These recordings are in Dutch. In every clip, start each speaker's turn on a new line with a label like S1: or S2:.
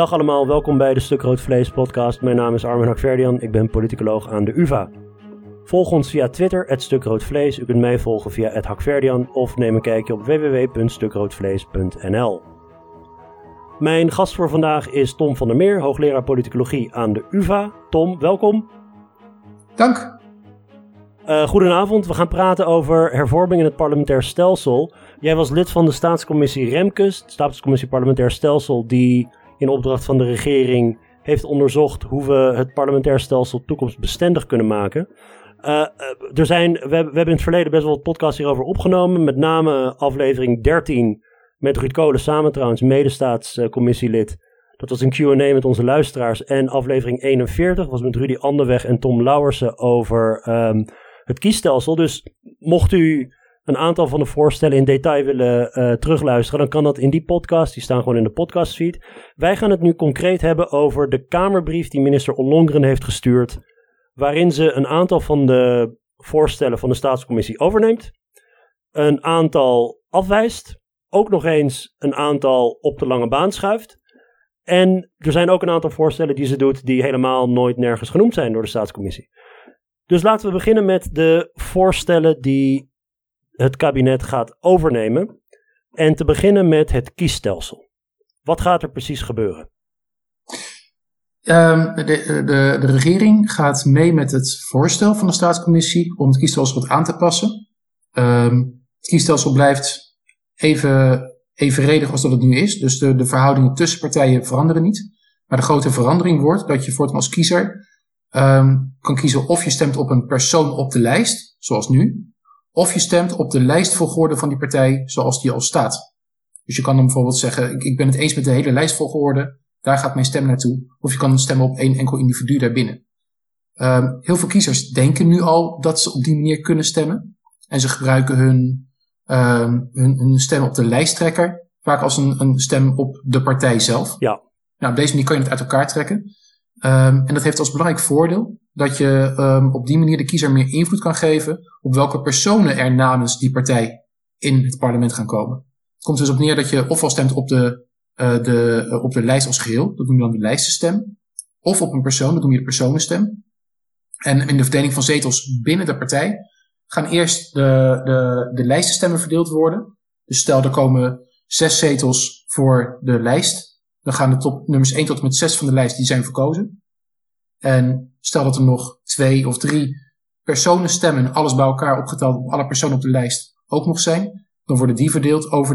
S1: Dag allemaal, welkom bij de Stuk Rood Vlees podcast. Mijn naam is Armen Hakverdian, ik ben politicoloog aan de UvA. Volg ons via Twitter, @StukRoodVlees. U kunt mij volgen via @Hakverdian of neem een kijkje op www.stukroodvlees.nl. Mijn gast voor vandaag is Tom van der Meer, hoogleraar politicologie aan de UvA. Tom, welkom.
S2: Dank.
S1: Goedenavond, we gaan praten over hervorming in het parlementair stelsel. Jij was lid van de staatscommissie Remkes, de staatscommissie parlementair stelsel, die in opdracht van de regering heeft onderzocht hoe we het parlementair stelsel toekomstbestendig kunnen maken. We hebben in het verleden best wel wat podcasts hierover opgenomen, met name aflevering 13 met Ruud Kolen samen trouwens, medestaatscommissielid. Dat was een Q&A met onze luisteraars. En aflevering 41 was met Rudy Anderweg en Tom Lauwersen over het kiesstelsel. Dus mocht u een aantal van de voorstellen in detail willen terugluisteren, dan kan dat in die podcast. Die staan gewoon in de podcastfeed. Wij gaan het nu concreet hebben over de Kamerbrief die minister Ollongren heeft gestuurd, waarin ze een aantal van de voorstellen van de staatscommissie overneemt, een aantal afwijst, ook nog eens een aantal op de lange baan schuift. En er zijn ook een aantal voorstellen die ze doet die helemaal nooit nergens genoemd zijn door de staatscommissie. Dus laten we beginnen met de voorstellen die het kabinet gaat overnemen. En te beginnen met het kiesstelsel. Wat gaat er precies gebeuren?
S2: De regering gaat mee met het voorstel van de staatscommissie om het kiesstelsel wat aan te passen. Het kiesstelsel blijft evenredig als dat het nu is. Dus de verhoudingen tussen partijen veranderen niet. Maar de grote verandering wordt dat je voortaan als kiezer kan kiezen of je stemt op een persoon op de lijst, zoals nu, of je stemt op de lijstvolgorde van die partij zoals die al staat. Dus je kan dan bijvoorbeeld zeggen, ik ben het eens met de hele lijstvolgorde, daar gaat mijn stem naartoe. Of je kan stemmen op één enkel individu daarbinnen. Heel veel kiezers denken nu al dat ze op die manier kunnen stemmen. En ze gebruiken hun stem op de lijsttrekker vaak als een stem op de partij zelf.
S1: Ja.
S2: Nou, op deze manier kan je het uit elkaar trekken. En dat heeft als belangrijk voordeel dat je op die manier de kiezer meer invloed kan geven op welke personen er namens die partij in het parlement gaan komen. Het komt dus op neer dat je ofwel stemt op de lijst als geheel, dat noem je dan de lijstenstem, of op een persoon, dat noem je de personenstem. En in de verdeling van zetels binnen de partij gaan eerst de lijstenstemmen verdeeld worden. Dus stel er komen 6 zetels voor de lijst. Dan gaan de topnummers 1 tot en met 6 van de lijst, die zijn verkozen. En stel dat er nog 2 of 3 personenstemmen, alles bij elkaar opgeteld op alle personen op de lijst, ook nog zijn. Dan worden die verdeeld over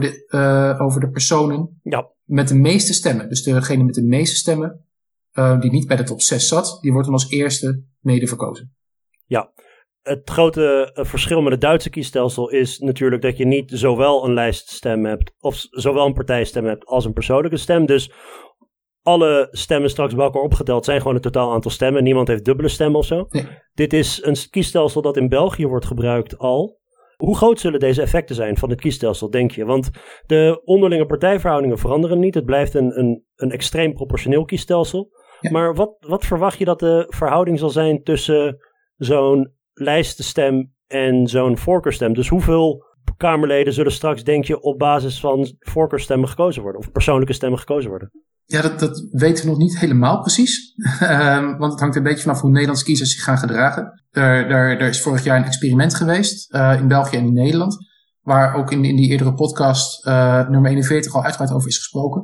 S2: de personen met de meeste stemmen. Dus degene met de meeste stemmen, die niet bij de top 6 zat, die wordt dan als eerste mede verkozen.
S1: Ja. Het grote verschil met het Duitse kiesstelsel is natuurlijk dat je niet zowel een lijststem hebt, of zowel een partijstem hebt als een persoonlijke stem. Dus alle stemmen straks bij elkaar opgeteld zijn gewoon het totaal aantal stemmen. Niemand heeft dubbele stemmen of zo. Nee. Dit is een kiesstelsel dat in België wordt gebruikt al. Hoe groot zullen deze effecten zijn van het kiesstelsel, denk je? Want de onderlinge partijverhoudingen veranderen niet. Het blijft een extreem proportioneel kiesstelsel. Ja. Maar wat verwacht je dat de verhouding zal zijn tussen zo'n lijstenstem en zo'n voorkeurstem? Dus hoeveel Kamerleden zullen straks, denk je, op basis van voorkeurstemmen gekozen worden? Of persoonlijke stemmen gekozen worden? Ja,
S2: dat weten we nog niet helemaal precies. Want het hangt een beetje vanaf hoe Nederlandse kiezers zich gaan gedragen. Er is vorig jaar een experiment geweest in België en in Nederland. Waar ook in die eerdere podcast nummer 41 al uitgebreid over is gesproken.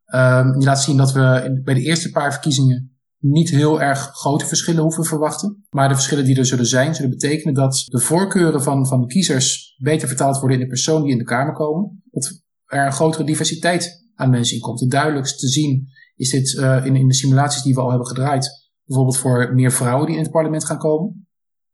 S2: Die laat zien dat we bij de eerste paar verkiezingen niet heel erg grote verschillen hoeven verwachten. Maar de verschillen die er zullen betekenen dat de voorkeuren van de kiezers beter vertaald worden in de personen die in de Kamer komen. Dat er een grotere diversiteit aan mensen in komt. Het duidelijkst te zien is dit in de simulaties die we al hebben gedraaid. Bijvoorbeeld voor meer vrouwen die in het parlement gaan komen.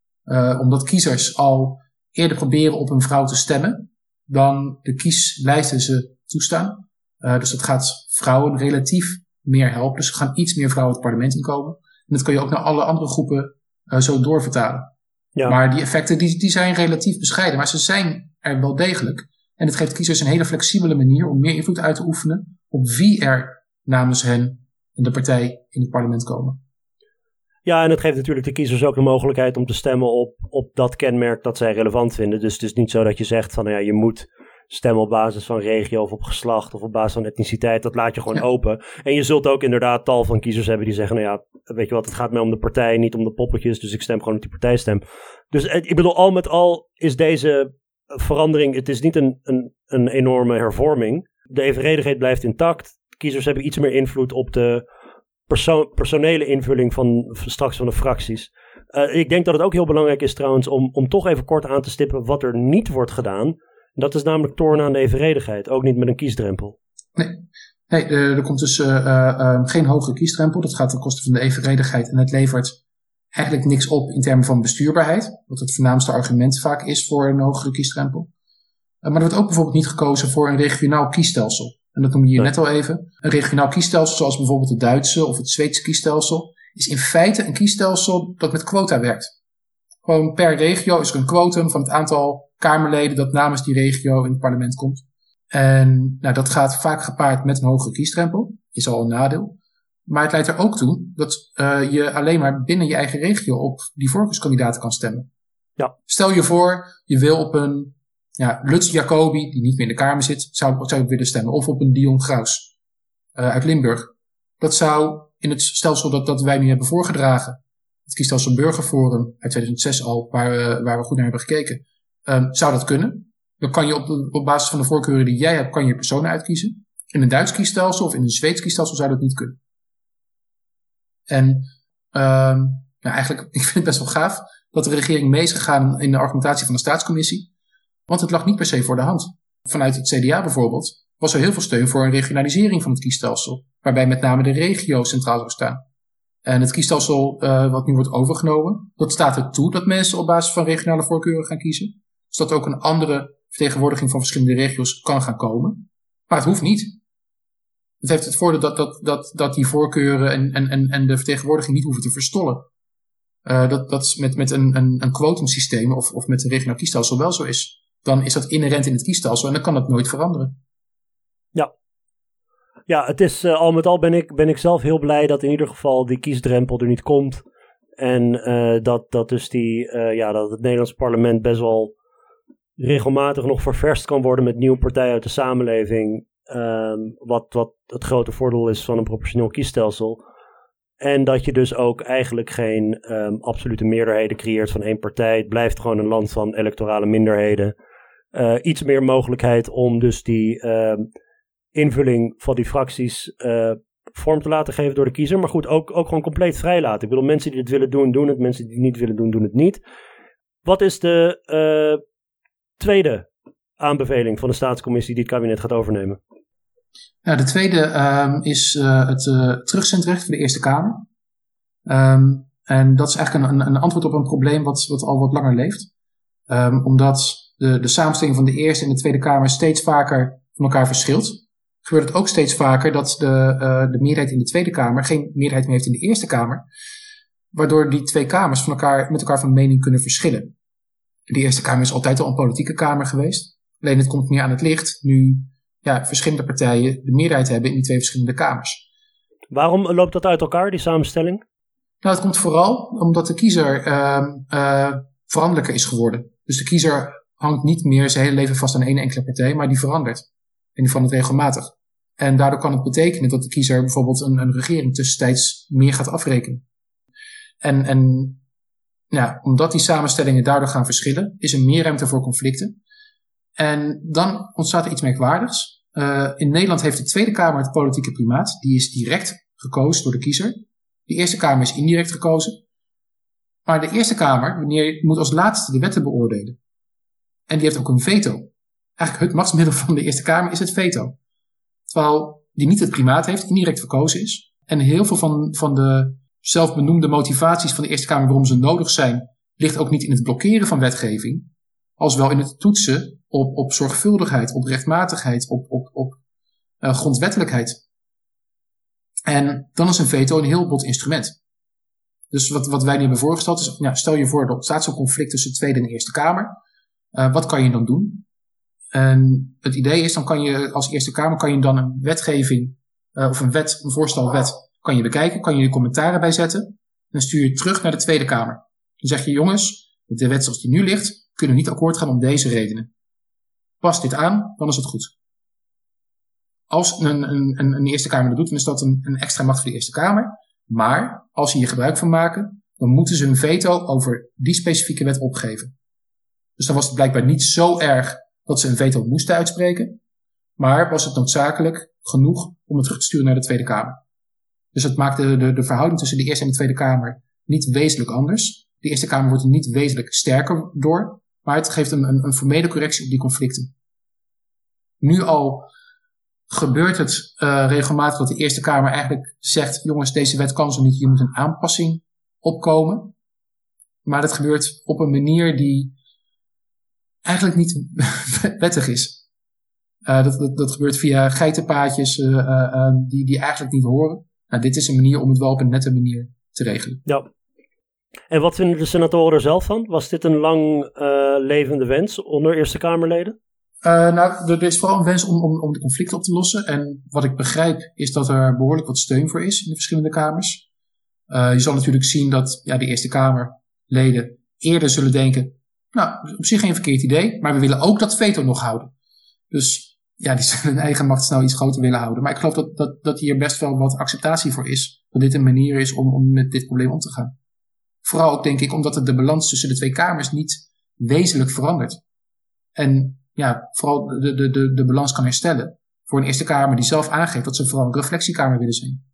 S2: Omdat kiezers al eerder proberen op een vrouw te stemmen dan de kieslijsten ze toestaan. Dus dat gaat vrouwen relatief meer helpen. Dus er gaan iets meer vrouwen het parlement inkomen. En dat kan je ook naar alle andere groepen zo doorvertalen. Ja. Maar die effecten die zijn relatief bescheiden. Maar ze zijn er wel degelijk. En het geeft kiezers een hele flexibele manier om meer invloed uit te oefenen op wie er namens hen en de partij in het parlement komen.
S1: Ja, en het geeft natuurlijk de kiezers ook de mogelijkheid om te stemmen op dat kenmerk dat zij relevant vinden. Dus het is niet zo dat je zegt van je moet stemmen op basis van regio of op geslacht of op basis van etniciteit. Dat laat je gewoon open. En je zult ook inderdaad tal van kiezers hebben die zeggen, nou ja, weet je wat, het gaat mij om de partij, niet om de poppetjes, dus ik stem gewoon op die partijstem. Dus ik bedoel, al met al is deze verandering, het is niet een enorme hervorming. De evenredigheid blijft intact. Kiezers hebben iets meer invloed op de personele invulling van straks van de fracties. Ik denk dat het ook heel belangrijk is trouwens om toch even kort aan te stippen wat er niet wordt gedaan. Dat is namelijk tornen aan de evenredigheid, ook niet met een kiesdrempel.
S2: Nee, er komt dus geen hogere kiesdrempel. Dat gaat ten koste van de evenredigheid en het levert eigenlijk niks op in termen van bestuurbaarheid. Wat het voornaamste argument vaak is voor een hogere kiesdrempel. Maar er wordt ook bijvoorbeeld niet gekozen voor een regionaal kiesstelsel. En dat noemde je net al even. Een regionaal kiesstelsel zoals bijvoorbeeld het Duitse of het Zweedse kiesstelsel is in feite een kiesstelsel dat met quota werkt. Gewoon per regio is er een quotum van het aantal Kamerleden dat namens die regio in het parlement komt. En dat gaat vaak gepaard met een hogere kiesdrempel. Is al een nadeel. Maar het leidt er ook toe dat je alleen maar binnen je eigen regio op die voorkeurskandidaten kan stemmen.
S1: Ja.
S2: Stel je voor, je wil op een Lutz Jacobi, die niet meer in de Kamer zit, zou ik willen stemmen. Of op een Dion Graus uit Limburg. Dat zou in het stelsel dat wij nu hebben voorgedragen, het kiesstelsel Burgerforum uit 2006 al, waar we goed naar hebben gekeken, zou dat kunnen. Dan kan je op basis van de voorkeuren die jij hebt, kan je personen uitkiezen. In een Duits kiesstelsel of in een Zweeds kiesstelsel zou dat niet kunnen. En eigenlijk, ik vind het best wel gaaf dat de regering mee is gegaan in de argumentatie van de staatscommissie. Want het lag niet per se voor de hand. Vanuit het CDA bijvoorbeeld was er heel veel steun voor een regionalisering van het kiesstelsel. Waarbij met name de regio centraal zou staan. En het kiesstelsel wat nu wordt overgenomen, dat staat er toe dat mensen op basis van regionale voorkeuren gaan kiezen. Zodat ook een andere vertegenwoordiging van verschillende regio's kan gaan komen. Maar het hoeft niet. Het heeft het voordeel dat die voorkeuren en de vertegenwoordiging niet hoeven te verstollen. Dat met een quotumsysteem of met een regionaal kiesstelsel wel zo is. Dan is dat inherent in het kiesstelsel en dan kan dat nooit veranderen.
S1: Ja, het is al met al ben ik zelf heel blij dat in ieder geval die kiesdrempel er niet komt. En dat dus dat het Nederlands parlement best wel regelmatig nog ververst kan worden met nieuwe partijen uit de samenleving. Wat het grote voordeel is van een proportioneel kiesstelsel. En dat je dus ook eigenlijk geen absolute meerderheden creëert van één partij. Het blijft gewoon een land van electorale minderheden. Iets meer mogelijkheid om dus die invulling van die fracties vorm te laten geven door de kiezer. Maar goed, ook gewoon compleet vrij laten. Ik bedoel, mensen die dit willen doen, doen het. Mensen die het niet willen doen, doen het niet. Wat is de tweede aanbeveling van de staatscommissie die het kabinet gaat overnemen?
S2: Ja, de tweede is het terugzendrecht voor de Eerste Kamer. En dat is eigenlijk een antwoord op een probleem wat al wat langer leeft. Omdat de samenstelling van de Eerste en de Tweede Kamer steeds vaker van elkaar verschilt. Gebeurt het ook steeds vaker dat de meerderheid in de Tweede Kamer geen meerderheid meer heeft in de Eerste Kamer. Waardoor die twee kamers met elkaar van mening kunnen verschillen. De Eerste Kamer is altijd al een politieke kamer geweest. Alleen het komt meer aan het licht nu verschillende partijen de meerderheid hebben in die twee verschillende kamers.
S1: Waarom loopt dat uit elkaar, die samenstelling?
S2: Nou, het komt vooral omdat de kiezer veranderlijker is geworden. Dus de kiezer hangt niet meer zijn hele leven vast aan één enkele partij, maar die verandert. En die verandert regelmatig. En daardoor kan het betekenen dat de kiezer bijvoorbeeld een regering tussentijds meer gaat afrekenen. En omdat die samenstellingen daardoor gaan verschillen, is er meer ruimte voor conflicten. En dan ontstaat er iets merkwaardigs. In Nederland heeft de Tweede Kamer het politieke primaat. Die is direct gekozen door de kiezer. De Eerste Kamer is indirect gekozen. Maar de Eerste Kamer moet als laatste de wetten beoordelen. En die heeft ook een veto. Eigenlijk het machtsmiddel van de Eerste Kamer is het veto. Terwijl die niet het primaat heeft, indirect verkozen is. En heel veel van de zelfbenoemde motivaties van de Eerste Kamer waarom ze nodig zijn, ligt ook niet in het blokkeren van wetgeving, als wel in het toetsen op zorgvuldigheid, op rechtmatigheid, op grondwettelijkheid. En dan is een veto een heel bot instrument. Dus wat wij nu hebben voorgesteld is, stel je voor, er ontstaat zo'n conflict tussen de Tweede en de Eerste Kamer. Wat kan je dan doen? En het idee is, dan kan je als Eerste Kamer een wetgeving of een voorstelwet kan je bekijken, kan je er commentaren bij zetten. En dan stuur je het terug naar de Tweede Kamer. Dan zeg je, jongens, de wet zoals die nu ligt, kunnen we niet akkoord gaan om deze redenen. past dit aan, dan is het goed. Als een Eerste Kamer dat doet, dan is dat een extra macht voor de Eerste Kamer. Maar als ze hier gebruik van maken, dan moeten ze hun veto over die specifieke wet opgeven. Dus dan was het blijkbaar niet zo erg dat ze een veto moesten uitspreken. Maar was het noodzakelijk genoeg om het terug te sturen naar de Tweede Kamer. Dus het maakt de verhouding tussen de Eerste en de Tweede Kamer niet wezenlijk anders. De Eerste Kamer wordt er niet wezenlijk sterker door. Maar het geeft een formele correctie op die conflicten. Nu al gebeurt het regelmatig dat de Eerste Kamer eigenlijk zegt, jongens, deze wet kan zo niet, hier moet een aanpassing opkomen. Maar dat gebeurt op een manier die eigenlijk niet wettig is. Dat gebeurt via geitenpaadjes die eigenlijk niet horen. Nou, dit is een manier om het wel op een nette manier te regelen.
S1: Ja. En wat vinden de senatoren er zelf van? Was dit een lang levende wens onder Eerste Kamerleden?
S2: Er is vooral een wens om de conflicten op te lossen. En wat ik begrijp is dat er behoorlijk wat steun voor is in de verschillende kamers. Je zal natuurlijk zien dat de Eerste Kamerleden eerder zullen denken, nou, op zich geen verkeerd idee, maar we willen ook dat veto nog houden. Dus die zullen hun eigen macht snel iets groter willen houden. Maar ik geloof dat hier best wel wat acceptatie voor is. Dat dit een manier is om met dit probleem om te gaan. Vooral ook, denk ik, omdat de balans tussen de twee kamers niet wezenlijk verandert. En vooral de balans kan herstellen voor een Eerste Kamer die zelf aangeeft dat ze vooral een reflectiekamer willen zijn.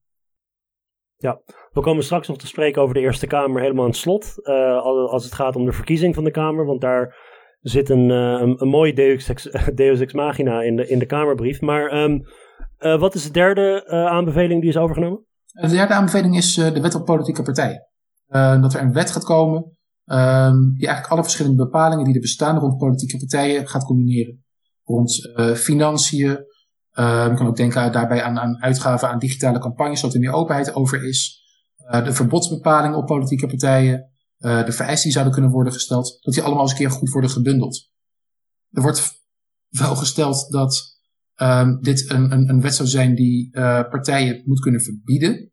S1: Ja, we komen straks nog te spreken over de Eerste Kamer helemaal aan het slot. Als het gaat om de verkiezing van de Kamer. Want daar zit een mooie deus ex machina in de Kamerbrief. Maar wat is de derde aanbeveling die is overgenomen?
S2: De derde aanbeveling is de wet op politieke partijen. Dat er een wet gaat komen die eigenlijk alle verschillende bepalingen die er bestaan rond politieke partijen gaat combineren. Rond financiën. Je kan ook denken daarbij aan uitgaven aan digitale campagnes, zodat er meer openheid over is. De verbodsbepalingen op politieke partijen. De vereisten die zouden kunnen worden gesteld. Dat die allemaal eens een keer goed worden gebundeld. Er wordt wel gesteld dat dit een wet zou zijn die partijen moet kunnen verbieden.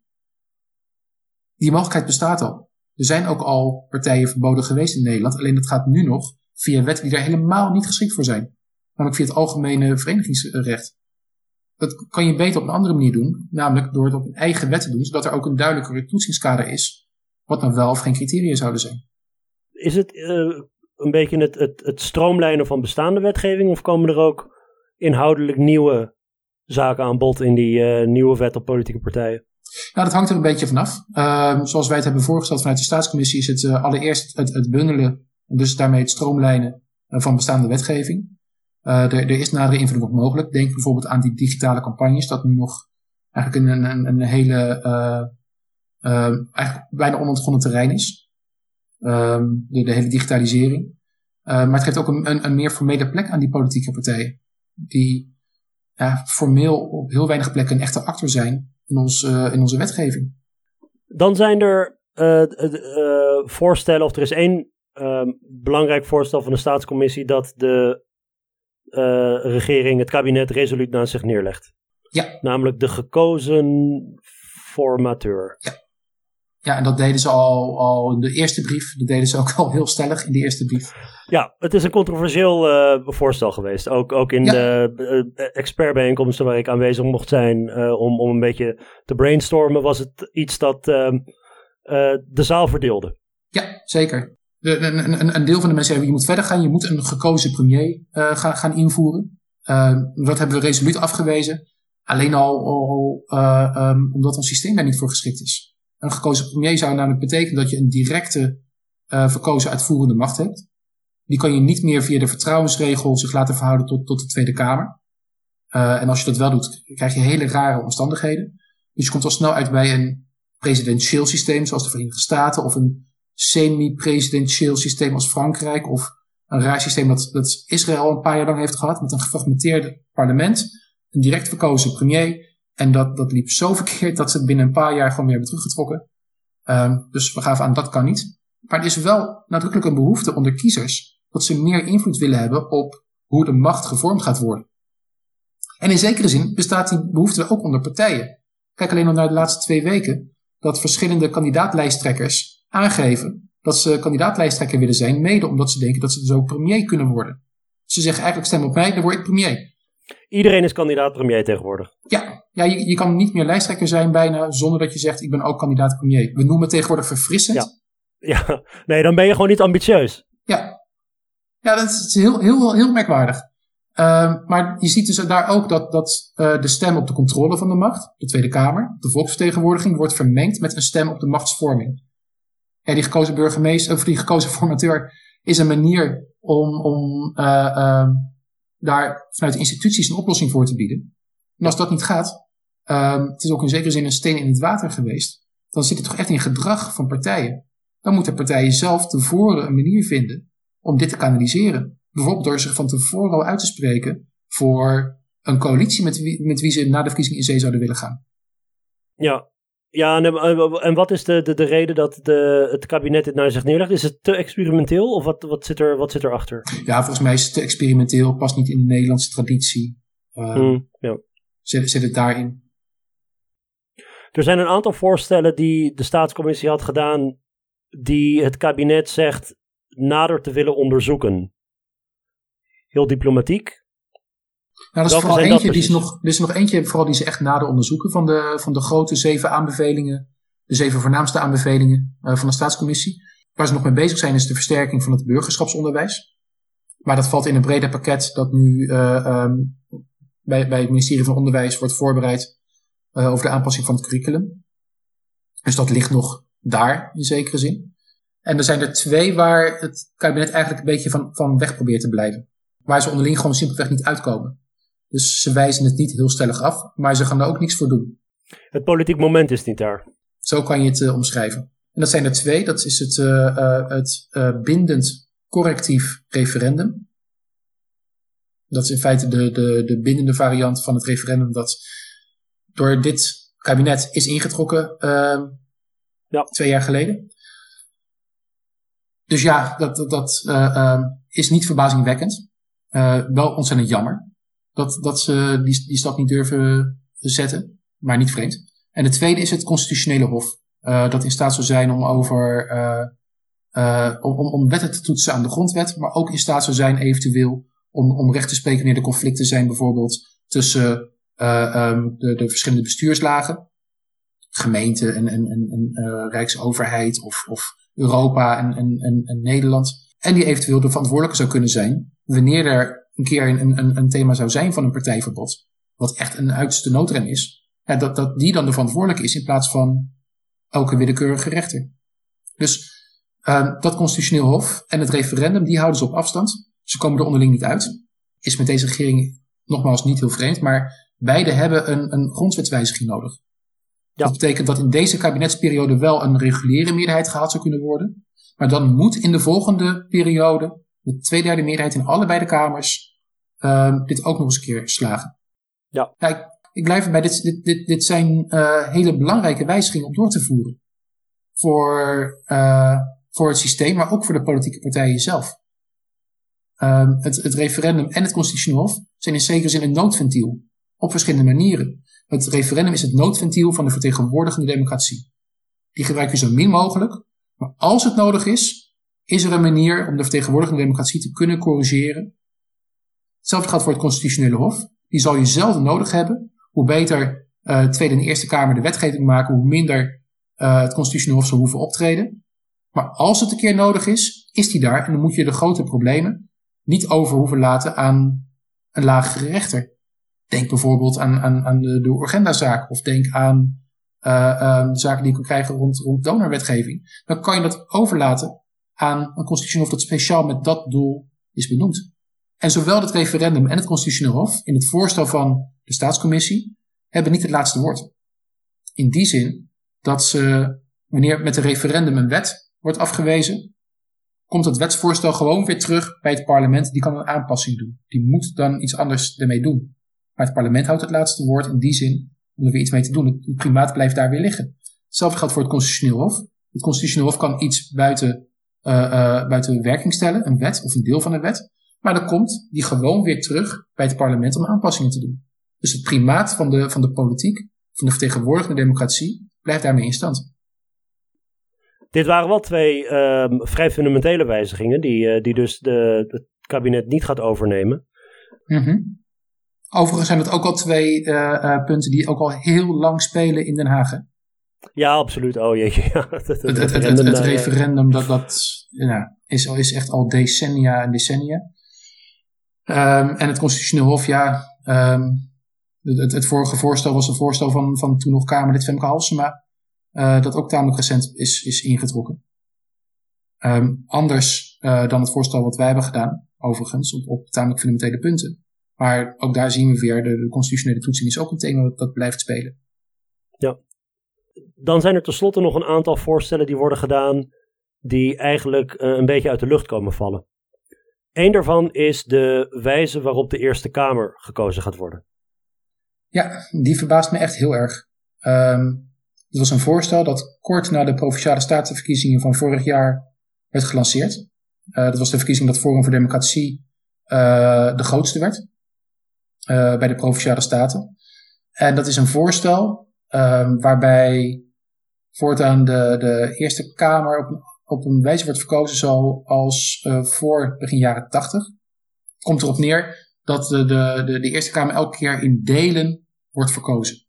S2: Die mogelijkheid bestaat al. Er zijn ook al partijen verboden geweest in Nederland. Alleen dat gaat nu nog via wetten die daar helemaal niet geschikt voor zijn. Namelijk via het algemene verenigingsrecht. Dat kan je beter op een andere manier doen. Namelijk door het op een eigen wet te doen. Zodat er ook een duidelijker toetsingskader is. Wat nou wel of geen criteria zouden zijn.
S1: Is het een beetje het stroomlijnen van bestaande wetgeving? Of komen er ook inhoudelijk nieuwe zaken aan bod in die nieuwe wet op politieke partijen?
S2: Nou, dat hangt er een beetje vanaf. Zoals wij het hebben voorgesteld vanuit de Staatscommissie is het allereerst het bundelen en dus daarmee het stroomlijnen van bestaande wetgeving. Er is nadere invulling op mogelijk. Denk bijvoorbeeld aan die digitale campagnes, dat nu nog eigenlijk een hele eigenlijk bijna onontgonnen terrein is. De hele digitalisering. Maar het geeft ook een meer formele plek aan die politieke partijen. Die formeel op heel weinig plekken een echte actor zijn in onze wetgeving.
S1: Dan zijn er voorstellen, of er is één belangrijk voorstel van de Staatscommissie dat de regering, het kabinet, resoluut naast zich neerlegt.
S2: Ja.
S1: Namelijk de gekozen formateur.
S2: Ja, en dat deden ze al in de eerste brief. Dat deden ze ook al heel stellig in de eerste brief.
S1: Ja, het is een controversieel voorstel geweest. Ook in de expertbijeenkomsten waar ik aanwezig mocht zijn om een beetje te brainstormen, was het iets dat de zaal verdeelde.
S2: Ja, zeker. Een deel van de mensen zeggen, je moet verder gaan. Je moet een gekozen premier gaan invoeren. Dat hebben we resoluut afgewezen. Alleen al omdat ons systeem daar niet voor geschikt is. Een gekozen premier zou namelijk betekenen dat je een directe verkozen uitvoerende macht hebt. Die kan je niet meer via de vertrouwensregel zich laten verhouden tot de Tweede Kamer. En als je dat wel doet, krijg je hele rare omstandigheden. Dus je komt al snel uit bij een presidentieel systeem zoals de Verenigde Staten, of een semi-presidentieel systeem als Frankrijk, of een raar systeem dat Israël een paar jaar lang heeft gehad met een gefragmenteerd parlement, een direct verkozen premier. En dat liep zo verkeerd dat ze het binnen een paar jaar gewoon weer hebben teruggetrokken. Dus we gaven aan, dat kan niet. Maar er is wel nadrukkelijk een behoefte onder kiezers dat ze meer invloed willen hebben op hoe de macht gevormd gaat worden. En in zekere zin bestaat die behoefte ook onder partijen. Kijk alleen al naar de laatste 2 weken dat verschillende kandidaatlijsttrekkers aangeven dat ze kandidaatlijsttrekker willen zijn, mede omdat ze denken dat ze dus ook premier kunnen worden. Ze zeggen eigenlijk stem op mij, dan word ik premier.
S1: Iedereen is kandidaat premier tegenwoordig.
S2: Ja, je kan niet meer lijsttrekker zijn bijna zonder dat je zegt ik ben ook kandidaat premier. We noemen het tegenwoordig verfrissend.
S1: Ja, nee, dan ben je gewoon niet ambitieus.
S2: Ja, dat is heel merkwaardig. Maar je ziet dus daar ook dat de stem op de controle van de macht, de Tweede Kamer, de volksvertegenwoordiging, wordt vermengd met een stem op de machtsvorming. En die gekozen burgemeester, of die gekozen formateur, is een manier om daar vanuit de instituties een oplossing voor te bieden. En als dat niet gaat, het is ook in zekere zin een steen in het water geweest, dan zit het toch echt in gedrag van partijen. Dan moeten partijen zelf tevoren een manier vinden om dit te kanaliseren. Bijvoorbeeld door zich van tevoren al uit te spreken voor een coalitie met wie ze na de verkiezingen in zee zouden willen gaan.
S1: Ja, en wat is de reden dat het kabinet dit naar zich neerlegt? Is het te experimenteel of wat zit er achter?
S2: Ja, volgens mij is het te experimenteel, past niet in de Nederlandse traditie. Zet het daarin.
S1: Er zijn een aantal voorstellen die de staatscommissie had gedaan, die het kabinet zegt nader te willen onderzoeken. Heel diplomatiek.
S2: Nou, dat is vooral eentje, er is nog eentje vooral die ze echt nader onderzoeken van de grote 7 aanbevelingen, de 7 voornaamste aanbevelingen van de staatscommissie. Waar ze nog mee bezig zijn is de versterking van het burgerschapsonderwijs. Maar dat valt in een breder pakket dat nu bij het ministerie van Onderwijs wordt voorbereid over de aanpassing van het curriculum. Dus dat ligt nog daar in zekere zin. En er zijn er 2 waar het kabinet eigenlijk een beetje van weg probeert te blijven. Waar ze onderling gewoon simpelweg niet uitkomen. Dus ze wijzen het niet heel stellig af, maar ze gaan er ook niks voor doen.
S1: Het politiek moment is niet daar.
S2: Zo kan je het omschrijven. En dat zijn er 2. Dat is het bindend correctief referendum. Dat is in feite de bindende variant van het referendum dat door dit kabinet is ingetrokken 2 jaar geleden. Dus ja, dat is niet verbazingwekkend. Wel ontzettend jammer dat ze die stap niet durven zetten, maar niet vreemd. En de tweede is het constitutionele hof, dat in staat zou zijn om wetten te toetsen aan de grondwet, maar ook in staat zou zijn eventueel om recht te spreken wanneer er conflicten zijn, bijvoorbeeld tussen de verschillende bestuurslagen, gemeente en Rijksoverheid of Europa en Nederland. En die eventueel de verantwoordelijke zou kunnen zijn wanneer er een keer een thema zou zijn van een partijverbod, wat echt een uiterste noodrem is, dat die dan de verantwoordelijke is in plaats van elke willekeurige rechter. Dus dat constitutioneel hof en het referendum, die houden ze op afstand. Ze komen er onderling niet uit. Is met deze regering nogmaals niet heel vreemd, maar beide hebben een grondwetswijziging nodig. Ja. Dat betekent dat in deze kabinetsperiode wel een reguliere meerderheid gehaald zou kunnen worden, maar dan moet in de volgende periode met 2/3 meerderheid in allebei de kamers dit ook nog eens een keer slagen.
S1: Ja.
S2: Ik blijf erbij, dit zijn hele belangrijke wijzigingen om door te voeren. Voor het systeem, maar ook voor de politieke partijen zelf. Het referendum en het constitutioneel hof zijn in zekere zin een noodventiel. Op verschillende manieren. Het referendum is het noodventiel van de vertegenwoordigende democratie. Die gebruiken we zo min mogelijk. Maar als het nodig is er een manier om de vertegenwoordigende democratie te kunnen corrigeren. Hetzelfde geldt voor het constitutionele hof. Die zal je zelden nodig hebben. Hoe beter Tweede en Eerste Kamer de wetgeving maken, hoe minder het constitutioneel hof zal hoeven optreden. Maar als het een keer nodig is die daar. En dan moet je de grote problemen niet over hoeven laten aan een lagere rechter. Denk bijvoorbeeld aan de Urgenda-zaak. Of denk aan de zaken die je kan krijgen rond donorwetgeving. Dan kan je dat overlaten aan een constitutioneel hof dat speciaal met dat doel is benoemd. En zowel het referendum en het constitutioneel hof in het voorstel van de staatscommissie hebben niet het laatste woord. In die zin dat ze, wanneer met een referendum een wet wordt afgewezen, komt het wetsvoorstel gewoon weer terug bij het parlement. Die kan een aanpassing doen. Die moet dan iets anders ermee doen. Maar het parlement houdt het laatste woord in die zin om er weer iets mee te doen. Het primaat blijft daar weer liggen. Hetzelfde geldt voor het constitutioneel hof. Het constitutioneel hof kan iets buiten werking stellen, een wet of een deel van een wet. Maar dan komt die gewoon weer terug bij het parlement om aanpassingen te doen. Dus het primaat van de politiek, van de vertegenwoordigende democratie, blijft daarmee in stand. Dit
S1: waren wel 2 vrij fundamentele wijzigingen die dus het kabinet niet gaat overnemen.
S2: Mm-hmm. Overigens zijn het ook al 2 punten die ook al heel lang spelen in Den Haag. Hè?
S1: Ja, absoluut. Oh jeetje. Ja,
S2: het referendum, dat is echt al decennia en decennia. En het Constitutioneel Hof, het vorige voorstel was een voorstel van toen nog Kamerlid Femke Halsema, dat ook tamelijk recent is ingetrokken. Anders dan het voorstel wat wij hebben gedaan, overigens, op tamelijk fundamentele punten. Maar ook daar zien we weer, de constitutionele toetsing is ook een thema dat blijft spelen.
S1: Ja. Dan zijn er tenslotte nog een aantal voorstellen die worden gedaan die eigenlijk een beetje uit de lucht komen vallen. Eén daarvan is de wijze waarop de Eerste Kamer gekozen gaat worden.
S2: Ja, die verbaast me echt heel erg. Het was een voorstel dat kort na de Provinciale Statenverkiezingen van vorig jaar werd gelanceerd. Dat was de verkiezing dat Forum voor Democratie de grootste werd bij de Provinciale Staten. En dat is een voorstel waarbij voortaan de Eerste Kamer op een wijze wordt verkozen zoals voor begin jaren 80. Het komt erop neer dat de Eerste Kamer elke keer in delen wordt verkozen.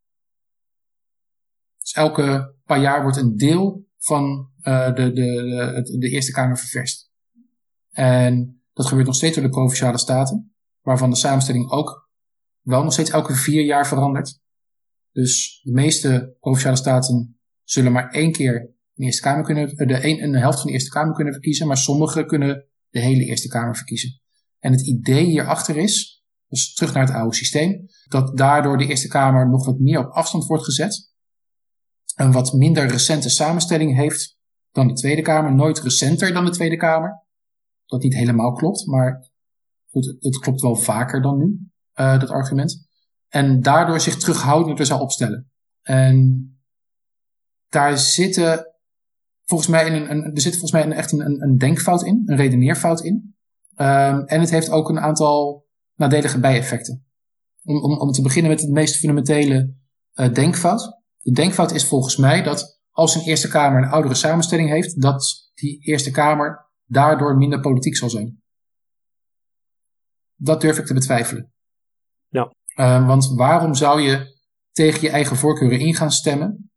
S2: Dus elke paar jaar wordt een deel van de Eerste Kamer ververst. En dat gebeurt nog steeds door de Provinciale Staten, waarvan de samenstelling ook wel nog steeds elke 4 jaar verandert. Dus de meeste Provinciale Staten zullen maar 1 keer een Eerste Kamer een helft van de Eerste Kamer kunnen verkiezen, maar sommigen kunnen de hele Eerste Kamer verkiezen. En het idee hierachter is, dus terug naar het oude systeem, dat daardoor de Eerste Kamer nog wat meer op afstand wordt gezet. Een wat minder recente samenstelling heeft dan de Tweede Kamer. Nooit recenter dan de Tweede Kamer. Dat niet helemaal klopt, maar goed, het klopt wel vaker dan nu, dat argument. En daardoor zich terughoudender zou opstellen. En daar zit volgens mij echt een denkfout in, een redeneerfout in. En het heeft ook een aantal nadelige bijeffecten. Om te beginnen met het meest fundamentele denkfout. De denkfout is volgens mij dat als een Eerste Kamer een oudere samenstelling heeft, dat die Eerste Kamer daardoor minder politiek zal zijn. Dat durf ik te betwijfelen.
S1: Ja.
S2: Want waarom zou je tegen je eigen voorkeuren in gaan stemmen,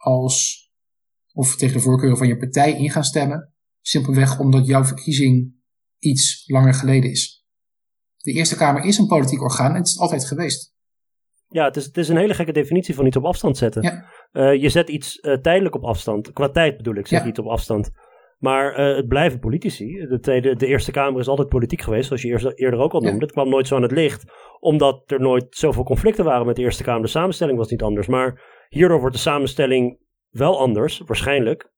S2: of tegen de voorkeuren van je partij in gaan stemmen, simpelweg omdat jouw verkiezing iets langer geleden is. De Eerste Kamer is een politiek orgaan en het is altijd geweest.
S1: Ja, het is een hele gekke definitie van iets op afstand zetten.
S2: Ja.
S1: Je zet iets tijdelijk op afstand. Qua tijd bedoel ik, zet iets op afstand. Maar het blijven politici. De Eerste Kamer is altijd politiek geweest, zoals je eerder ook al noemde. Ja. Het kwam nooit zo aan het licht, omdat er nooit zoveel conflicten waren met de Eerste Kamer. De samenstelling was niet anders. Maar hierdoor wordt de samenstelling wel anders, waarschijnlijk.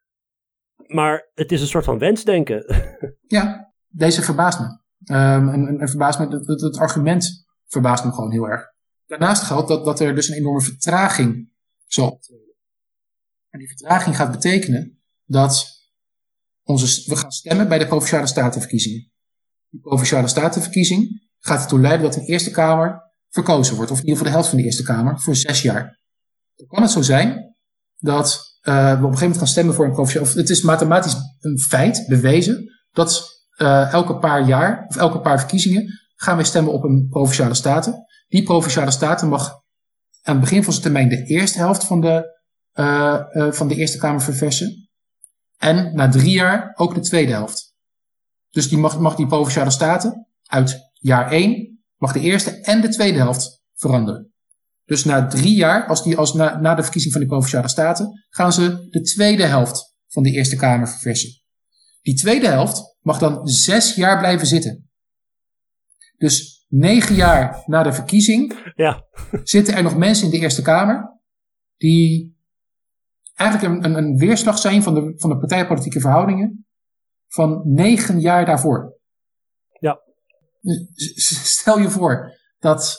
S1: Maar het is een soort van wensdenken. Ja,
S2: deze verbaast me. En verbaast me, het argument verbaast me gewoon heel erg. Daarnaast geldt dat er dus een enorme vertraging zal optreden. En die vertraging gaat betekenen dat we gaan stemmen bij de Provinciale Statenverkiezingen. Die Provinciale Statenverkiezing gaat ertoe leiden dat een Eerste Kamer verkozen wordt. Of in ieder geval de helft van de Eerste Kamer voor 6 jaar. Dan kan het zo zijn dat we op een gegeven moment gaan stemmen voor een provinciale. Of het is mathematisch een feit, bewezen, dat elke paar jaar of elke paar verkiezingen gaan we stemmen op een Provinciale Staten. Die Provinciale Staten mag aan het begin van zijn termijn de eerste helft van de Eerste Kamer verversen. En na 3 jaar ook de tweede helft. Dus mag die Provinciale Staten uit jaar 1 mag de eerste en de tweede helft veranderen. Dus na 3 jaar, na de verkiezing van de Provinciale Staten, gaan ze de tweede helft van de Eerste Kamer verversen. Die tweede helft mag dan 6 jaar blijven zitten. Dus 9 jaar na de verkiezing zitten er nog mensen in de Eerste Kamer die eigenlijk een weerslag zijn van de partijpolitieke verhoudingen van 9 jaar daarvoor.
S1: Ja.
S2: Stel je voor dat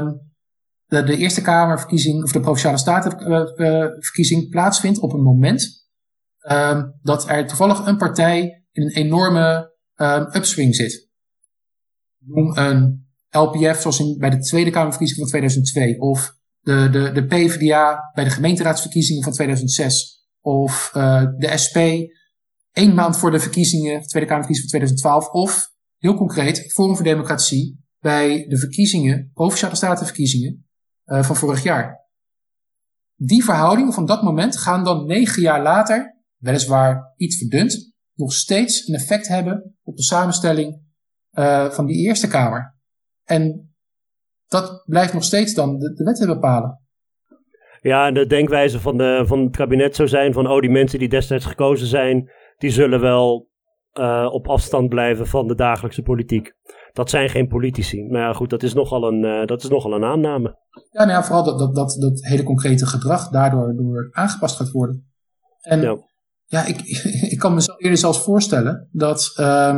S2: de Eerste Kamerverkiezing of de Provinciale Statenverkiezing plaatsvindt op een moment dat er toevallig een partij in een enorme upswing zit. Noem een LPF zoals bij de Tweede Kamerverkiezing van 2002 of de PvdA bij de gemeenteraadsverkiezingen van 2006 of de SP 1 maand voor de verkiezingen, Tweede Kamerverkiezing van 2012 of heel concreet, Forum voor Democratie bij de verkiezingen, Provinciale Statenverkiezingen van vorig jaar. Die verhoudingen van dat moment gaan dan 9 jaar later, weliswaar iets verdund, nog steeds een effect hebben op de samenstelling van die Eerste Kamer. En dat blijft nog steeds dan de wetten bepalen.
S1: Ja, de denkwijze van het kabinet zou zijn van, die mensen die destijds gekozen zijn, die zullen wel op afstand blijven van de dagelijkse politiek. Dat zijn geen politici. Maar ja, goed, dat is nogal een aanname. Ja,
S2: nou ja, vooral dat hele concrete gedrag daardoor aangepast gaat worden. En ik kan me eerder zelfs voorstellen dat,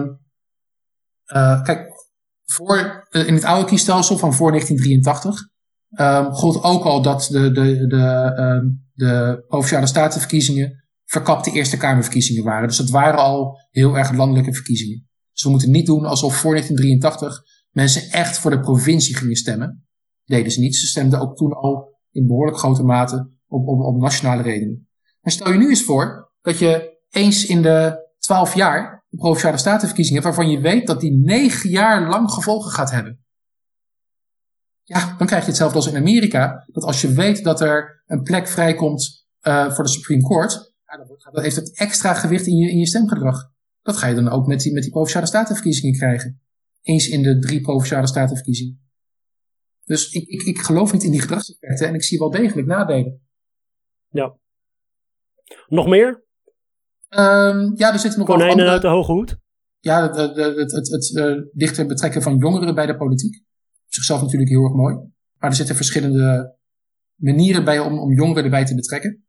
S2: kijk, in het oude kiesstelsel van voor 1983 gold ook al dat de Provinciale Statenverkiezingen verkapte Eerste Kamerverkiezingen waren. Dus dat waren al heel erg landelijke verkiezingen. Dus we moeten niet doen alsof voor 1983 mensen echt voor de provincie gingen stemmen. Deden ze niet. Ze stemden ook toen al in behoorlijk grote mate op nationale redenen. Maar stel je nu eens voor dat je eens in de 12 jaar de Provinciale Statenverkiezingen hebt waarvan je weet dat die 9 jaar lang gevolgen gaat hebben. Ja, dan krijg je hetzelfde als in Amerika. Dat als je weet dat er een plek vrijkomt voor de Supreme Court, dan heeft het extra gewicht in je stemgedrag. Dat ga je dan ook met die Provinciale Statenverkiezingen krijgen. Eens in de 3 Provinciale Statenverkiezingen. Dus ik geloof niet in die gedragseffecten en ik zie wel degelijk nadelen.
S1: Ja. Nog meer?
S2: Ja, er zitten nog
S1: konijnen
S2: andere,
S1: uit de hoge hoed?
S2: Ja, het dichter betrekken van jongeren bij de politiek. Op zichzelf natuurlijk heel erg mooi. Maar er zitten verschillende manieren bij om jongeren erbij te betrekken.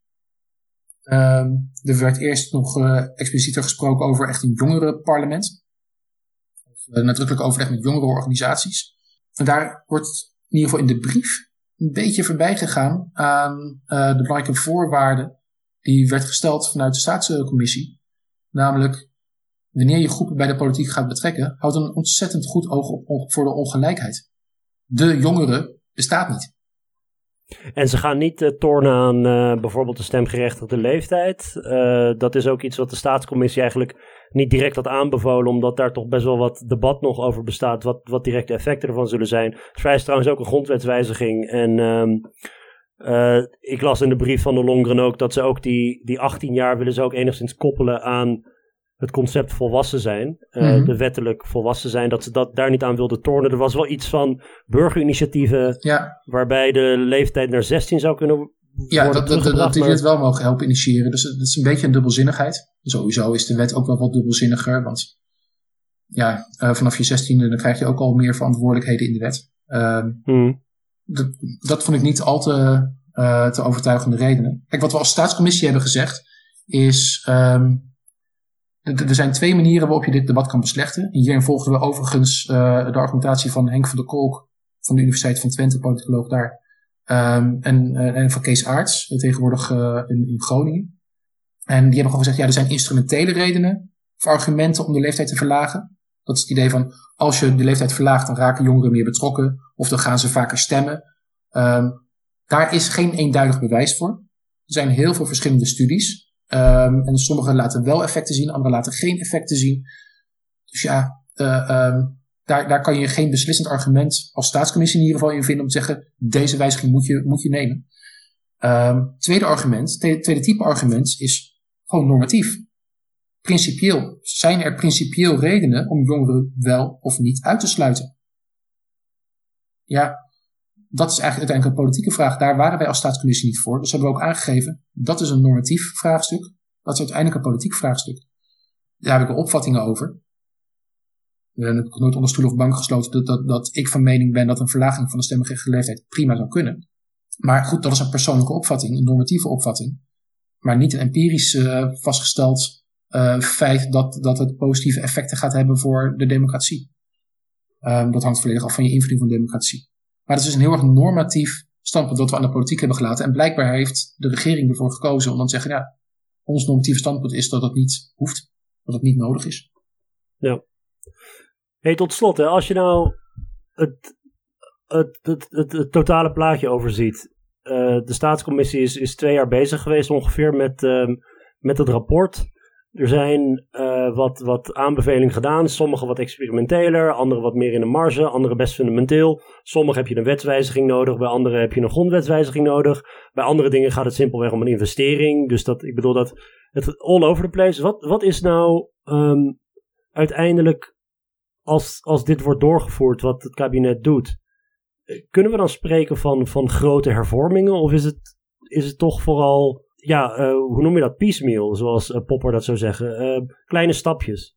S2: Er werd eerst nog explicieter gesproken over echt een jongerenparlement. Nadrukkelijk overleg met jongerenorganisaties. En daar wordt in ieder geval in de brief een beetje voorbij gegaan aan de belangrijke voorwaarde die werd gesteld vanuit de Staatscommissie. Namelijk, wanneer je groepen bij de politiek gaat betrekken, houd een ontzettend goed oog op voor de ongelijkheid. De jongeren bestaat niet.
S1: En ze gaan niet tornen aan bijvoorbeeld de stemgerechtigde leeftijd. Dat is ook iets wat de Staatscommissie eigenlijk niet direct had aanbevolen, omdat daar toch best wel wat debat nog over bestaat, wat directe effecten ervan zullen zijn. Het vereist trouwens ook een grondwetswijziging. En ik las in de brief van de Longren ook dat ze ook die 18 jaar willen ze ook enigszins koppelen aan het concept volwassen zijn. De wettelijk volwassen zijn, dat ze daar niet aan wilden tornen. Er was wel iets van burgerinitiatieven waarbij de leeftijd naar 16 zou kunnen worden teruggebracht.
S2: Die het wel mogen helpen initiëren. Dus het is een beetje een dubbelzinnigheid. Sowieso is de wet ook wel wat dubbelzinniger, want vanaf je 16e dan krijg je ook al meer verantwoordelijkheden in de wet. Dat vond ik niet al te overtuigende redenen. Kijk, wat we als Staatscommissie hebben gezegd is, er zijn 2 manieren waarop je dit debat kan beslechten. Hierin volgden we overigens de argumentatie van Henk van der Kolk van de Universiteit van Twente, politicoloog daar, en van Kees Aarts, tegenwoordig in Groningen. En die hebben gewoon gezegd, er zijn instrumentele redenen voor argumenten om de leeftijd te verlagen. Dat is het idee van, als je de leeftijd verlaagt, dan raken jongeren meer betrokken, of dan gaan ze vaker stemmen. Daar is geen eenduidig bewijs voor. Er zijn heel veel verschillende studies. En sommige laten wel effecten zien, andere laten geen effecten zien. Dus daar kan je geen beslissend argument als Staatscommissie in ieder geval in vinden om te zeggen, deze wijziging moet je nemen. Tweede type argument is gewoon normatief. Principieel. Zijn er principieel redenen om jongeren wel of niet uit te sluiten? Ja, dat is eigenlijk uiteindelijk een politieke vraag. Daar waren wij als Staatscommissie niet voor. Dus hebben we ook aangegeven, dat is een normatief vraagstuk. Dat is uiteindelijk een politiek vraagstuk. Daar heb ik wel opvattingen over. We hebben nooit onder stoel of bank gesloten dat ik van mening ben dat een verlaging van de stemgerechtigde leeftijd prima zou kunnen. Maar goed, dat is een persoonlijke opvatting, een normatieve opvatting. Maar niet een empirisch vastgesteld feit dat het positieve effecten gaat hebben voor de democratie. Dat hangt volledig af van je invulling van democratie. Maar dat is een heel erg normatief standpunt dat we aan de politiek hebben gelaten. En blijkbaar heeft de regering ervoor gekozen om dan te zeggen, ons normatieve standpunt is dat het niet hoeft. Dat het niet nodig is.
S1: Ja. Hey, tot slot, als je nou het totale plaatje overziet. De Staatscommissie is 2 jaar bezig geweest ongeveer met het rapport. Er zijn wat aanbevelingen gedaan. Sommige wat experimenteler, andere wat meer in de marge, andere best fundamenteel. Sommige heb je een wetswijziging nodig, bij andere heb je een grondwetswijziging nodig. Bij andere dingen gaat het simpelweg om een investering. Dus ik bedoel dat het all over the place. Wat is nou uiteindelijk, als dit wordt doorgevoerd, wat het kabinet doet, kunnen we dan spreken van grote hervormingen? Of is het toch vooral, hoe noem je dat, piecemeal, zoals Popper dat zou zeggen? Kleine stapjes.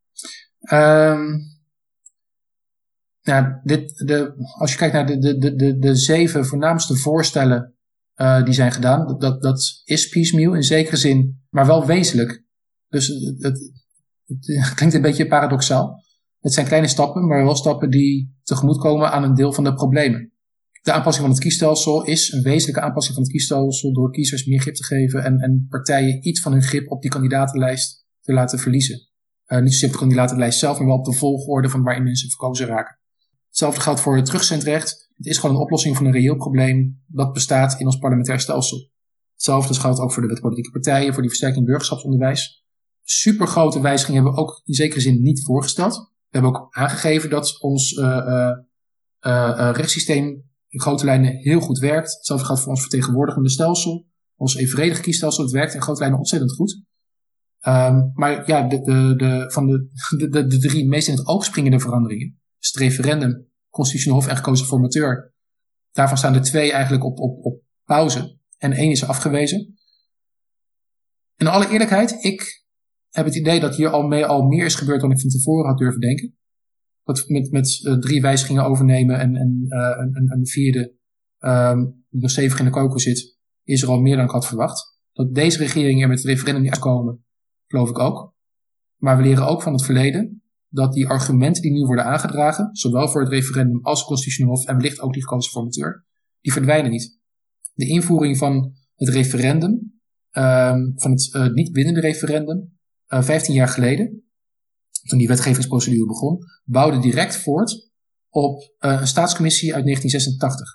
S2: Als je kijkt naar de 7 voornaamste voorstellen die zijn gedaan, dat is piecemeal in zekere zin, maar wel wezenlijk. Dus het klinkt een beetje paradoxaal. Het zijn kleine stappen, maar wel stappen die tegemoetkomen aan een deel van de problemen. De aanpassing van het kiesstelsel is een wezenlijke aanpassing van het kiesstelsel door kiezers meer grip te geven en partijen iets van hun grip op die kandidatenlijst te laten verliezen. Niet zozeer op de kandidatenlijst zelf, maar wel op de volgorde van waarin mensen verkozen raken. Hetzelfde geldt voor het terugzendrecht. Het is gewoon een oplossing van een reëel probleem dat bestaat in ons parlementair stelsel. Hetzelfde geldt ook voor de wet politieke partijen, voor die versterking burgerschapsonderwijs. Supergrote wijzigingen hebben we ook in zekere zin niet voorgesteld. We hebben ook aangegeven dat ons rechtssysteem in grote lijnen heel goed werkt. Hetzelfde geldt voor ons vertegenwoordigende stelsel. Ons evenredig kiesstelsel, het werkt in grote lijnen ontzettend goed. Maar ja, de 3 meest in het oog springende veranderingen, dus het referendum, constitutioneel hof en gekozen formateur, daarvan staan er 2 eigenlijk op pauze en 1 is afgewezen. In alle eerlijkheid, ik heb het idee dat hier al meer is gebeurd dan ik van tevoren had durven denken. Dat met 3 wijzigingen overnemen en een 4e die nog stevig in de koker zit, is er al meer dan ik had verwacht. Dat deze regering er met het referendum niet uitkomen, geloof ik ook. Maar we leren ook van het verleden dat die argumenten die nu worden aangedragen, zowel voor het referendum als het constitutioneel hof en wellicht ook die gekozen formateur, die verdwijnen niet. De invoering van het referendum, van het niet bindende referendum, 15 jaar geleden, toen die wetgevingsprocedure begon, bouwde direct voort op een staatscommissie uit 1986.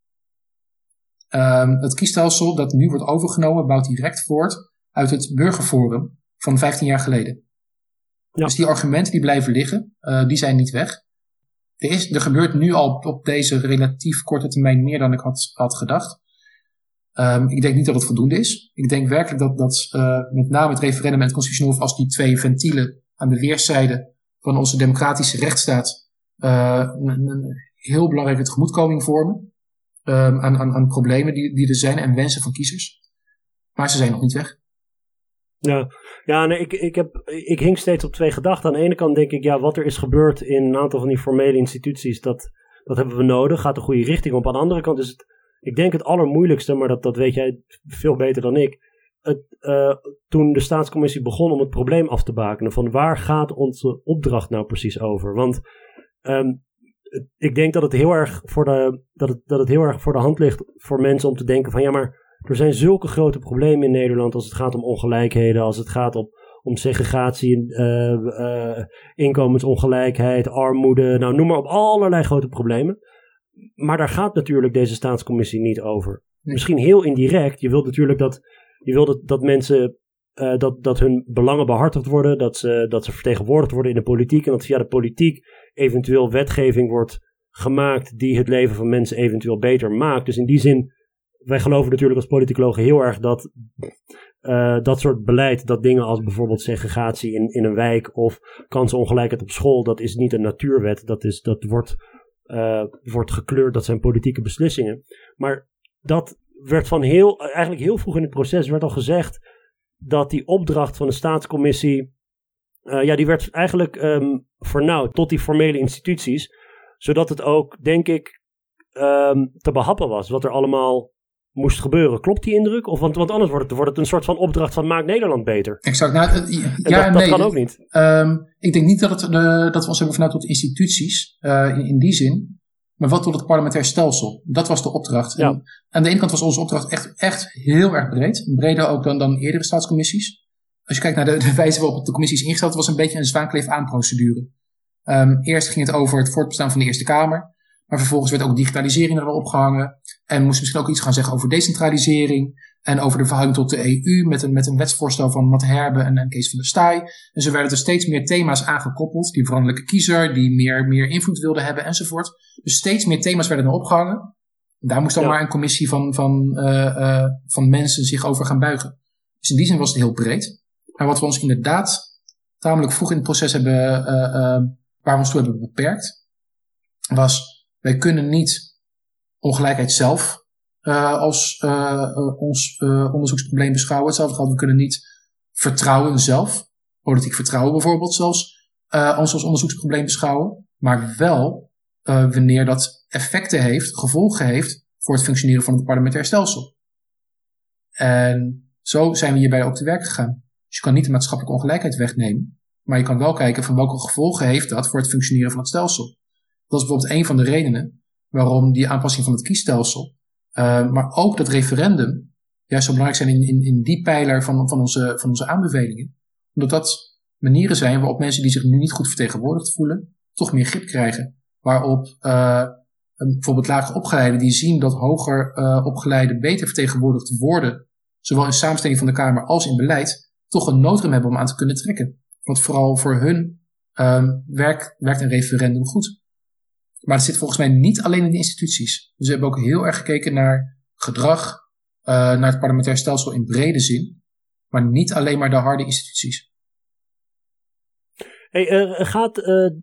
S2: Het kiesstelsel dat nu wordt overgenomen bouwt direct voort uit het burgerforum van 15 jaar geleden. Ja. Dus die argumenten die blijven liggen, die zijn niet weg. Er gebeurt nu al op deze relatief korte termijn meer dan ik had gedacht. Ik denk niet dat het voldoende is. Ik denk werkelijk dat met name het referendum en het constitutioneel hof als die 2 ventielen aan de weerszijde van onze democratische rechtsstaat een heel belangrijke tegemoetkoming vormen aan problemen die er zijn en wensen van kiezers. Maar ze zijn nog niet weg.
S1: Nee, ik hing steeds op 2 gedachten. Aan de ene kant denk ik, wat er is gebeurd in een aantal van die formele instituties, dat hebben we nodig, gaat de goede richting op. Aan de andere kant is het, ik denk het allermoeilijkste, maar dat weet jij veel beter dan ik. Toen de staatscommissie begon om het probleem af te bakenen, van waar gaat onze opdracht nou precies over? Want ik denk dat het heel erg voor de hand ligt voor mensen om te denken van maar er zijn zulke grote problemen in Nederland als het gaat om ongelijkheden, als het gaat om segregatie, inkomensongelijkheid, armoede, nou noem maar op, allerlei grote problemen. Maar daar gaat natuurlijk deze staatscommissie niet over. Nee. Misschien heel indirect. Je wilt natuurlijk dat mensen dat hun belangen behartigd worden, dat ze vertegenwoordigd worden in de politiek en dat via de politiek eventueel wetgeving wordt gemaakt die het leven van mensen eventueel beter maakt. Dus in die zin, wij geloven natuurlijk als politicologen heel erg dat soort beleid, dat dingen als bijvoorbeeld segregatie in een wijk of kansenongelijkheid op school, dat is niet een natuurwet, dat wordt gekleurd, dat zijn politieke beslissingen. Maar dat werd eigenlijk heel vroeg in het proces werd al gezegd dat die opdracht van de staatscommissie, die werd eigenlijk vernauwd tot die formele instituties, zodat het ook, denk ik, te behappen was wat er allemaal moest gebeuren. Klopt die indruk? Want anders wordt het een soort van opdracht van maak Nederland beter.
S2: Exact.
S1: Dat kan ook niet.
S2: Ik denk niet dat we ons hebben vanuit tot instituties in die zin, maar wel tot het parlementair stelsel. Dat was de opdracht. Ja. En aan de ene kant was onze opdracht echt heel erg breed. Breder ook dan eerdere staatscommissies. Als je kijkt naar de wijze waarop de commissie is ingesteld, was een beetje een zwaankleef-aan-procedure. Eerst ging het over het voortbestaan van de Eerste Kamer. Maar vervolgens werd ook digitalisering er wel opgehangen. En moest misschien ook iets gaan zeggen over decentralisering. En over de verhouding tot de EU met een wetsvoorstel van Matt Herbe en Kees van der Staaij. En zo werden er steeds meer thema's aangekoppeld. Die veranderlijke kiezer, die meer invloed wilde hebben enzovoort. Dus steeds meer thema's werden er opgehangen. En daar moest dan maar een commissie van mensen zich over gaan buigen. Dus in die zin was het heel breed. Maar wat we ons inderdaad tamelijk vroeg in het proces waar we ons toe hebben beperkt, was wij kunnen niet ongelijkheid zelf als ons onderzoeksprobleem beschouwen. Hetzelfde geldt, we kunnen niet vertrouwen zelf, politiek vertrouwen bijvoorbeeld zelfs, als onderzoeksprobleem beschouwen. Maar wel wanneer dat effecten heeft, gevolgen heeft voor het functioneren van het parlementair stelsel. En zo zijn we hierbij ook te werk gegaan. Dus je kan niet de maatschappelijke ongelijkheid wegnemen, maar je kan wel kijken van welke gevolgen heeft dat voor het functioneren van het stelsel. Dat is bijvoorbeeld een van de redenen waarom die aanpassing van het kiesstelsel, maar ook dat referendum juist zo belangrijk zijn in die pijler van onze aanbevelingen. Omdat dat manieren zijn waarop mensen die zich nu niet goed vertegenwoordigd voelen, toch meer grip krijgen. Waarop bijvoorbeeld lager opgeleiden die zien dat hoger opgeleiden beter vertegenwoordigd worden, zowel in samenstelling van de Kamer als in beleid, toch een noodrem hebben om aan te kunnen trekken. Want vooral voor hun werkt een referendum goed. Maar het zit volgens mij niet alleen in de instituties. Dus we hebben ook heel erg gekeken naar gedrag, naar het parlementair stelsel in brede zin, maar niet alleen maar de harde instituties.
S1: Hey, gaat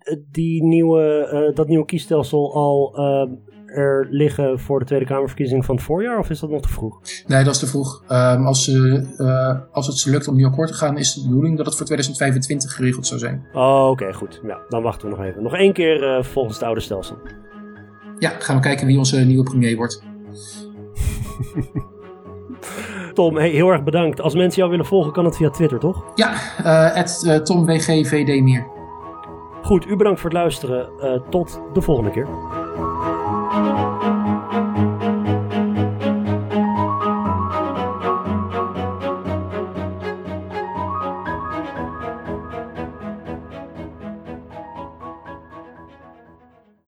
S1: dat nieuwe kiesstelsel al er liggen voor de Tweede Kamerverkiezing van het voorjaar, of is dat nog te vroeg?
S2: Nee, dat is te vroeg. Als het ze lukt om nu akkoord te gaan, is de bedoeling dat het voor 2025 geregeld zou zijn.
S1: Oh, oké, goed. Ja, dan wachten we nog even. Nog 1 keer volgens het oude stelsel.
S2: Ja, gaan we kijken wie onze nieuwe premier wordt.
S1: Tom, hey, heel erg bedankt. Als mensen jou willen volgen, kan het via Twitter, toch?
S2: Ja, @TomWGVD meer.
S1: Goed, u bedankt voor het luisteren. Tot de volgende keer.